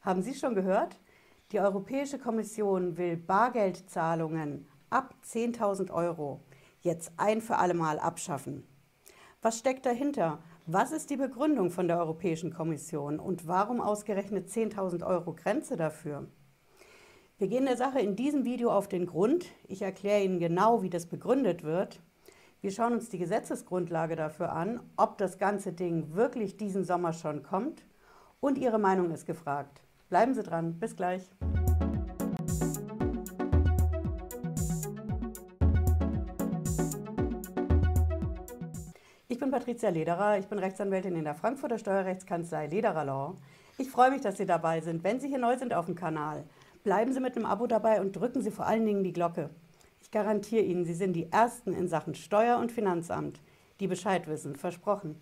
Haben Sie schon gehört? Die Europäische Kommission will Bargeldzahlungen ab 10.000 Euro jetzt ein für alle Mal abschaffen. Was steckt dahinter? Was ist die Begründung von der Europäischen Kommission und warum ausgerechnet 10.000 Euro Grenze dafür? Wir gehen der Sache in diesem Video auf den Grund. Ich erkläre Ihnen genau, wie das begründet wird. Wir schauen uns die Gesetzesgrundlage dafür an, ob das ganze Ding wirklich diesen Sommer schon kommt. Und Ihre Meinung ist gefragt. Bleiben Sie dran. Bis gleich. Ich bin Patricia Lederer. Ich bin Rechtsanwältin in der Frankfurter Steuerrechtskanzlei Lederer Law. Ich freue mich, dass Sie dabei sind. Wenn Sie hier neu sind auf dem Kanal, bleiben Sie mit einem Abo dabei und drücken Sie vor allen Dingen die Glocke. Ich garantiere Ihnen, Sie sind die Ersten in Sachen Steuer- und Finanzamt, die Bescheid wissen. Versprochen.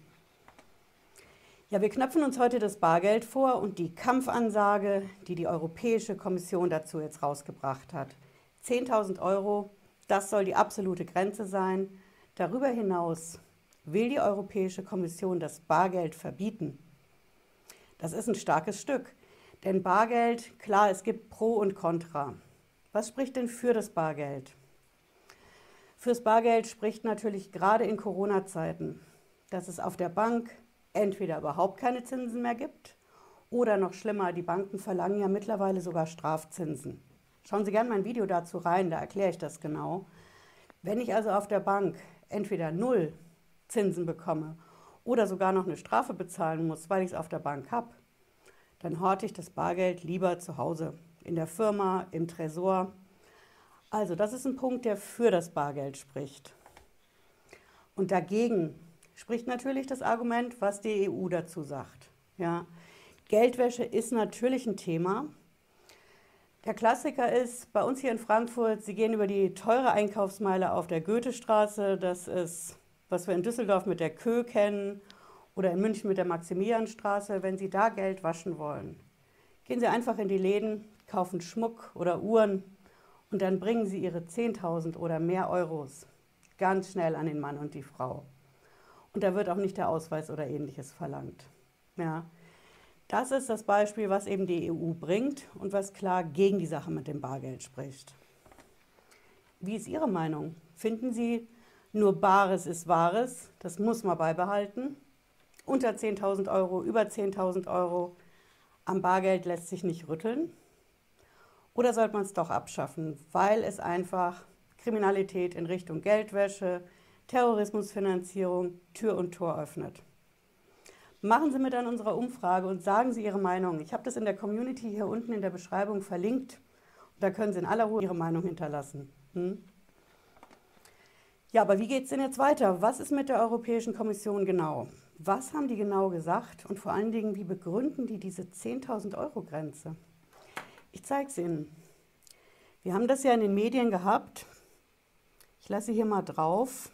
Ja, wir knöpfen uns heute das Bargeld vor und die Kampfansage, die die Europäische Kommission dazu jetzt rausgebracht hat. 10.000 Euro, das soll die absolute Grenze sein. Darüber hinaus will die Europäische Kommission das Bargeld verbieten. Das ist ein starkes Stück, denn Bargeld, klar, es gibt Pro und Contra. Was spricht denn für das Bargeld? Fürs Bargeld spricht natürlich gerade in Corona-Zeiten, dass es auf der Bank entweder überhaupt keine Zinsen mehr gibt oder noch schlimmer, die Banken verlangen ja mittlerweile sogar Strafzinsen. Schauen Sie gerne mein Video dazu rein, da erkläre ich das genau. Wenn ich also auf der Bank entweder 0 Zinsen bekomme oder sogar noch eine Strafe bezahlen muss, weil ich es auf der Bank habe, dann horte ich das Bargeld lieber zu Hause, in der Firma, im Tresor. Also das ist ein Punkt, der für das Bargeld spricht. Und dagegen spricht natürlich das Argument, was die EU dazu sagt. Ja, Geldwäsche ist natürlich ein Thema. Der Klassiker ist bei uns hier in Frankfurt, Sie gehen über die teure Einkaufsmeile auf der Goethestraße, das ist, was wir in Düsseldorf mit der Kö kennen oder in München mit der Maximilianstraße. Wenn Sie da Geld waschen wollen, gehen Sie einfach in die Läden, kaufen Schmuck oder Uhren und dann bringen Sie Ihre 10.000 oder mehr Euros ganz schnell an den Mann und die Frau. Und da wird auch nicht der Ausweis oder Ähnliches verlangt. Ja, das ist das Beispiel, was eben die EU bringt und was klar gegen die Sache mit dem Bargeld spricht. Wie ist Ihre Meinung? Finden Sie, nur Bares ist Wahres, das muss man beibehalten? Unter 10.000 Euro, über 10.000 Euro, am Bargeld lässt sich nicht rütteln? Oder sollte man es doch abschaffen, weil es einfach Kriminalität in Richtung Geldwäsche, Terrorismusfinanzierung Tür und Tor öffnet? Machen Sie mit an unserer Umfrage und sagen Sie Ihre Meinung. Ich habe das in der Community hier unten in der Beschreibung verlinkt. Da können Sie in aller Ruhe Ihre Meinung hinterlassen. Ja, aber wie geht es denn jetzt weiter? Was ist mit der Europäischen Kommission genau? Was haben die genau gesagt? Und vor allen Dingen, wie begründen die diese 10.000 Euro Grenze? Ich zeige es Ihnen. Wir haben das ja in den Medien gehabt. Ich lasse hier mal drauf.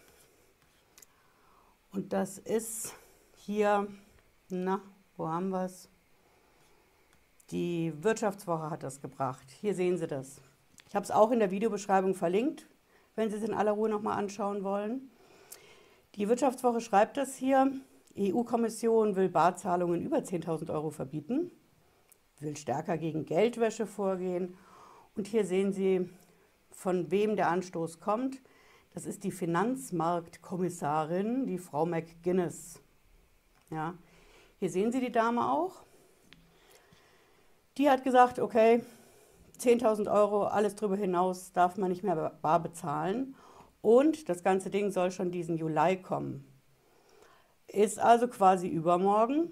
Und das ist hier, na, wo haben wir es? Die Wirtschaftswoche hat das gebracht. Hier sehen Sie das. Ich habe es auch in der Videobeschreibung verlinkt, wenn Sie es in aller Ruhe nochmal anschauen wollen. Die Wirtschaftswoche schreibt das hier. EU-Kommission will Barzahlungen über 10.000 Euro verbieten, will stärker gegen Geldwäsche vorgehen. Und hier sehen Sie, von wem der Anstoß kommt. Das ist die Finanzmarktkommissarin, die Frau McGuinness. Ja, hier sehen Sie die Dame auch. Die hat gesagt, okay, 10.000 Euro, alles darüber hinaus darf man nicht mehr bar bezahlen. Und das ganze Ding soll schon diesen Juli kommen. Ist also quasi übermorgen.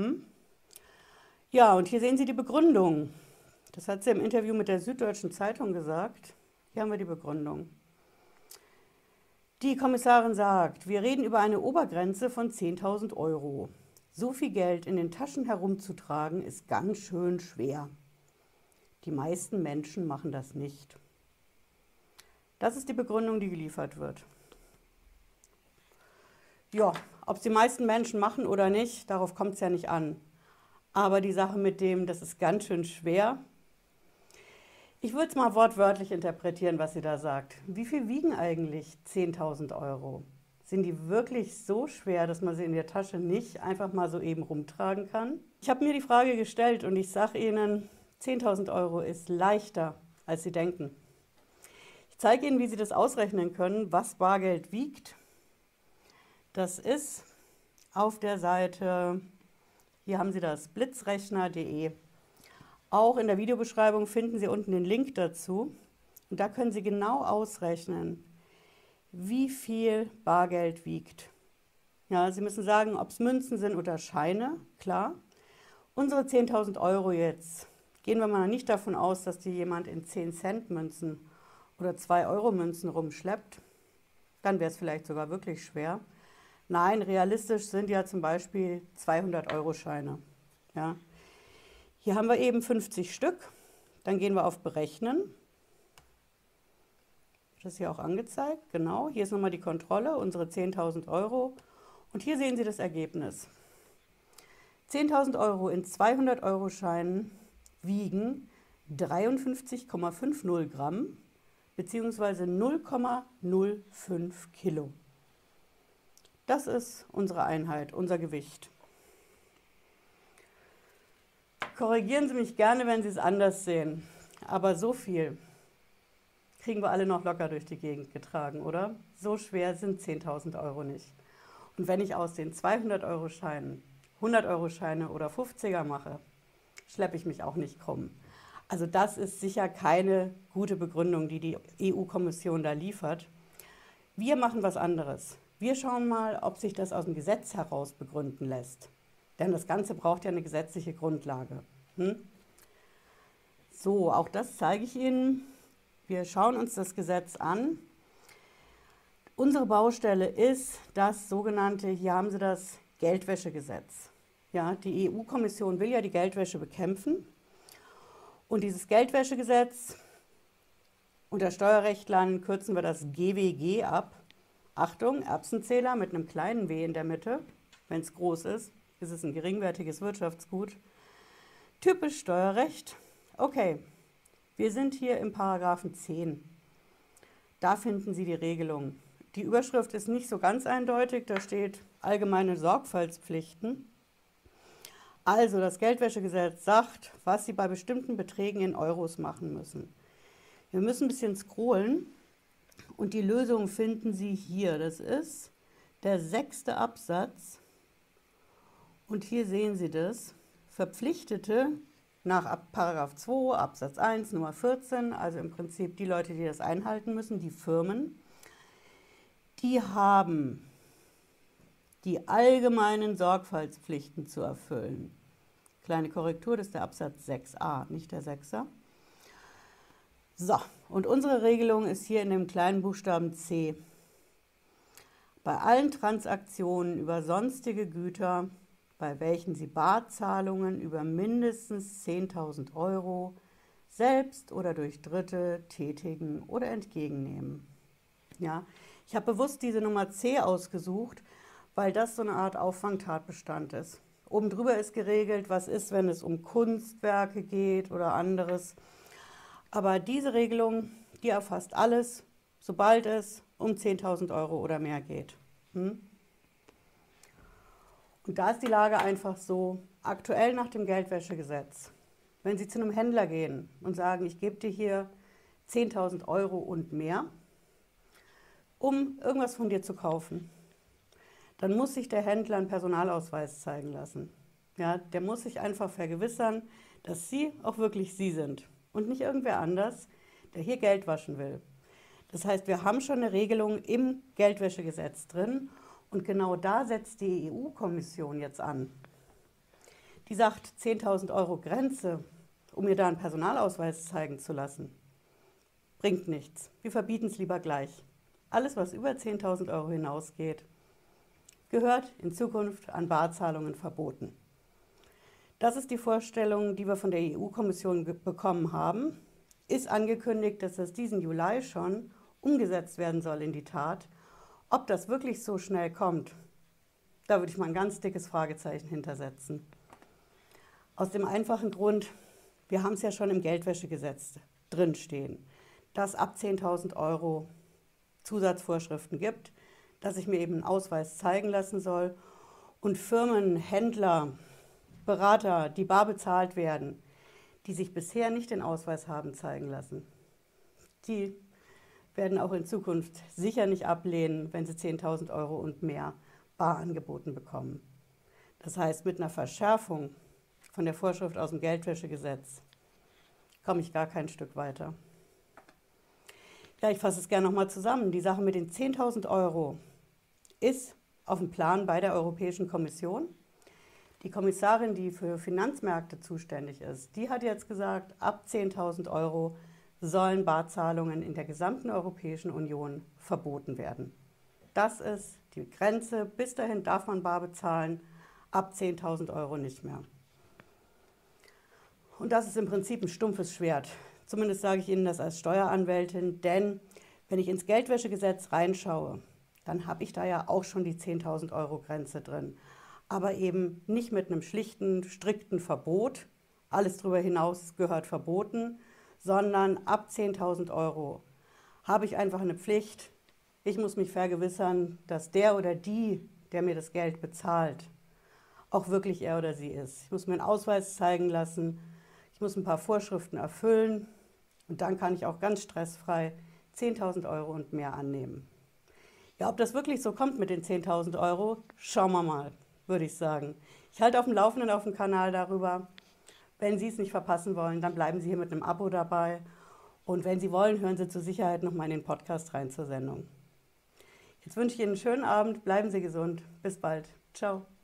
Ja, und hier sehen Sie die Begründung. Das hat sie im Interview mit der Süddeutschen Zeitung gesagt. Hier haben wir die Begründung. Die Kommissarin sagt, wir reden über eine Obergrenze von 10.000 Euro. So viel Geld in den Taschen herumzutragen, ist ganz schön schwer. Die meisten Menschen machen das nicht. Das ist die Begründung, die geliefert wird. Ja, ob es die meisten Menschen machen oder nicht, darauf kommt es ja nicht an. Aber die Sache mit dem, das ist ganz schön schwer. Ich würde es mal wortwörtlich interpretieren, was sie da sagt. Wie viel wiegen eigentlich 10.000 Euro? Sind die wirklich so schwer, dass man sie in der Tasche nicht einfach mal so eben rumtragen kann? Ich habe mir die Frage gestellt und ich sage Ihnen, 10.000 Euro ist leichter, als Sie denken. Ich zeige Ihnen, wie Sie das ausrechnen können, was Bargeld wiegt. Das ist auf der Seite, hier haben Sie das, blitzrechner.de. Auch in der Videobeschreibung finden Sie unten den Link dazu. Und da können Sie genau ausrechnen, wie viel Bargeld wiegt. Ja, Sie müssen sagen, ob es Münzen sind oder Scheine, klar. Unsere 10.000 Euro jetzt, gehen wir mal nicht davon aus, dass die jemand in 10-Cent-Münzen oder 2-Euro-Münzen rumschleppt. Dann wäre es vielleicht sogar wirklich schwer. Nein, realistisch sind ja zum Beispiel 200-Euro-Scheine. Ja. Hier haben wir eben 50 Stück. Dann gehen wir auf Berechnen. Das ist hier auch angezeigt, genau. Hier ist nochmal die Kontrolle, unsere 10.000 Euro. Und hier sehen Sie das Ergebnis. 10.000 Euro in 200-Euro-Scheinen wiegen 53,50 Gramm bzw. 0,05 Kilo. Das ist unsere Einheit, unser Gewicht. Korrigieren Sie mich gerne, wenn Sie es anders sehen, aber so viel kriegen wir alle noch locker durch die Gegend getragen, oder? So schwer sind 10.000 Euro nicht. Und wenn ich aus den 200-Euro-Scheinen 100-Euro-Scheine oder 50er mache, schleppe ich mich auch nicht krumm. Also das ist sicher keine gute Begründung, die die EU-Kommission da liefert. Wir machen was anderes. Wir schauen mal, ob sich das aus dem Gesetz heraus begründen lässt. Denn das Ganze braucht ja eine gesetzliche Grundlage. So, auch das zeige ich Ihnen. Wir schauen uns das Gesetz an. Unsere Baustelle ist das sogenannte, hier haben Sie das Geldwäschegesetz. Ja, die EU-Kommission will ja die Geldwäsche bekämpfen. Und dieses Geldwäschegesetz, unter Steuerrechtlern kürzen wir das GWG ab. Achtung, Erbsenzähler mit einem kleinen W in der Mitte. Wenn es groß ist, ist es ein geringwertiges Wirtschaftsgut. Typisch Steuerrecht. Okay. Wir sind hier im Paragraphen 10. Da finden Sie die Regelung. Die Überschrift ist nicht so ganz eindeutig, da steht allgemeine Sorgfaltspflichten. Also das Geldwäschegesetz sagt, was Sie bei bestimmten Beträgen in Euros machen müssen. Wir müssen ein bisschen scrollen und die Lösung finden Sie hier. Das ist der 6. Absatz und hier sehen Sie das. Verpflichtete nach Paragraph 2 Absatz 1 Nummer 14, also im Prinzip die Leute, die das einhalten müssen, die Firmen, die haben die allgemeinen Sorgfaltspflichten zu erfüllen. Kleine Korrektur, das ist der Absatz 6a, nicht der 6er. So, und unsere Regelung ist hier in dem kleinen Buchstaben C. Bei allen Transaktionen über sonstige Güter, bei welchen Sie Barzahlungen über mindestens 10.000 Euro selbst oder durch Dritte tätigen oder entgegennehmen. Ja, ich habe bewusst diese Nummer C ausgesucht, weil das so eine Art Auffangtatbestand ist. Oben drüber ist geregelt, was ist, wenn es um Kunstwerke geht oder anderes. Aber diese Regelung, die erfasst alles, sobald es um 10.000 Euro oder mehr geht. Und da ist die Lage einfach so, aktuell nach dem Geldwäschegesetz, wenn Sie zu einem Händler gehen und sagen, ich gebe dir hier 10.000 Euro und mehr, um irgendwas von dir zu kaufen, dann muss sich der Händler einen Personalausweis zeigen lassen. Ja, der muss sich einfach vergewissern, dass Sie auch wirklich Sie sind und nicht irgendwer anders, der hier Geld waschen will. Das heißt, wir haben schon eine Regelung im Geldwäschegesetz drin und genau da setzt die EU-Kommission jetzt an. Die sagt 10.000 Euro Grenze, um mir da einen Personalausweis zeigen zu lassen. Bringt nichts. Wir verbieten es lieber gleich. Alles, was über 10.000 Euro hinausgeht, gehört in Zukunft an Barzahlungen verboten. Das ist die Vorstellung, die wir von der EU-Kommission bekommen haben. Ist angekündigt, dass das diesen Juli schon umgesetzt werden soll in die Tat. Ob das wirklich so schnell kommt, da würde ich mal ein ganz dickes Fragezeichen hintersetzen. Aus dem einfachen Grund, wir haben es ja schon im Geldwäschegesetz drinstehen, dass ab 10.000 Euro Zusatzvorschriften gibt, dass ich mir eben einen Ausweis zeigen lassen soll. Und Firmen, Händler, Berater, die bar bezahlt werden, die sich bisher nicht den Ausweis haben zeigen lassen, die werden auch in Zukunft sicher nicht ablehnen, wenn sie 10.000 Euro und mehr bar angeboten bekommen. Das heißt, mit einer Verschärfung von der Vorschrift aus dem Geldwäschegesetz komme ich gar kein Stück weiter. Ja, ich fasse es gerne nochmal zusammen. Die Sache mit den 10.000 Euro ist auf dem Plan bei der Europäischen Kommission. Die Kommissarin, die für Finanzmärkte zuständig ist, die hat jetzt gesagt, ab 10.000 Euro sollen Barzahlungen in der gesamten Europäischen Union verboten werden. Das ist die Grenze. Bis dahin darf man bar bezahlen, ab 10.000 Euro nicht mehr. Und das ist im Prinzip ein stumpfes Schwert. Zumindest sage ich Ihnen das als Steueranwältin, denn wenn ich ins Geldwäschegesetz reinschaue, dann habe ich da ja auch schon die 10.000 Euro Grenze drin. Aber eben nicht mit einem schlichten, strikten Verbot, alles darüber hinaus gehört verboten, sondern ab 10.000 Euro habe ich einfach eine Pflicht. Ich muss mich vergewissern, dass der oder die, der mir das Geld bezahlt, auch wirklich er oder sie ist. Ich muss mir einen Ausweis zeigen lassen, ich muss ein paar Vorschriften erfüllen und dann kann ich auch ganz stressfrei 10.000 Euro und mehr annehmen. Ja, ob das wirklich so kommt mit den 10.000 Euro, schauen wir mal, würde ich sagen. Ich halte auf dem Laufenden auf dem Kanal darüber. Wenn Sie es nicht verpassen wollen, dann bleiben Sie hier mit einem Abo dabei. Und wenn Sie wollen, hören Sie zur Sicherheit noch mal in den Podcast rein zur Sendung. Jetzt wünsche ich Ihnen einen schönen Abend, bleiben Sie gesund. Bis bald. Ciao.